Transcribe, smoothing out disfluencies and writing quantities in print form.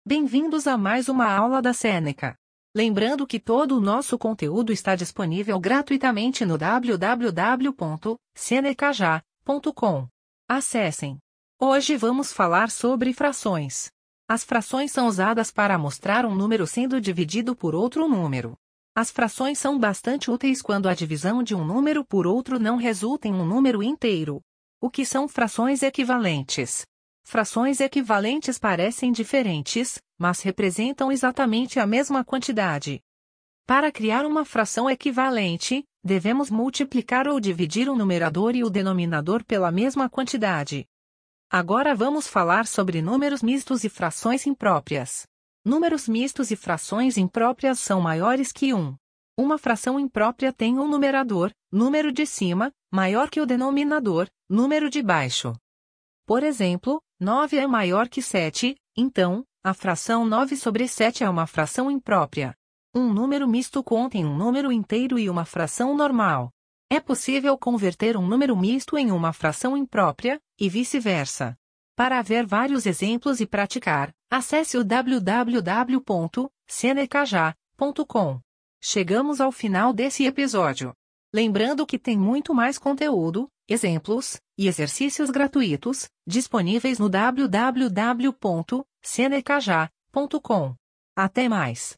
Bem-vindos a mais uma aula da Seneca. Lembrando que todo o nosso conteúdo está disponível gratuitamente no www.senecaja.com. Acessem. Hoje vamos falar sobre frações. As frações são usadas para mostrar um número sendo dividido por outro número. As frações são bastante úteis quando a divisão de um número por outro não resulta em um número inteiro. O que são frações equivalentes? Frações equivalentes parecem diferentes, mas representam exatamente a mesma quantidade. Para criar uma fração equivalente, devemos multiplicar ou dividir o numerador e o denominador pela mesma quantidade. Agora vamos falar sobre números mistos e frações impróprias. Números mistos e frações impróprias são maiores que 1. Uma fração imprópria tem um numerador, número de cima, maior que o denominador, número de baixo. Por exemplo, 9 é maior que 7, então, a fração 9 sobre 7 é uma fração imprópria. Um número misto contém um número inteiro e uma fração normal. É possível converter um número misto em uma fração imprópria, e vice-versa. Para ver vários exemplos e praticar, acesse o www.senecaja.com. Chegamos ao final desse episódio. Lembrando que tem muito mais conteúdo, exemplos e exercícios gratuitos disponíveis no www.senecaja.com. Até mais!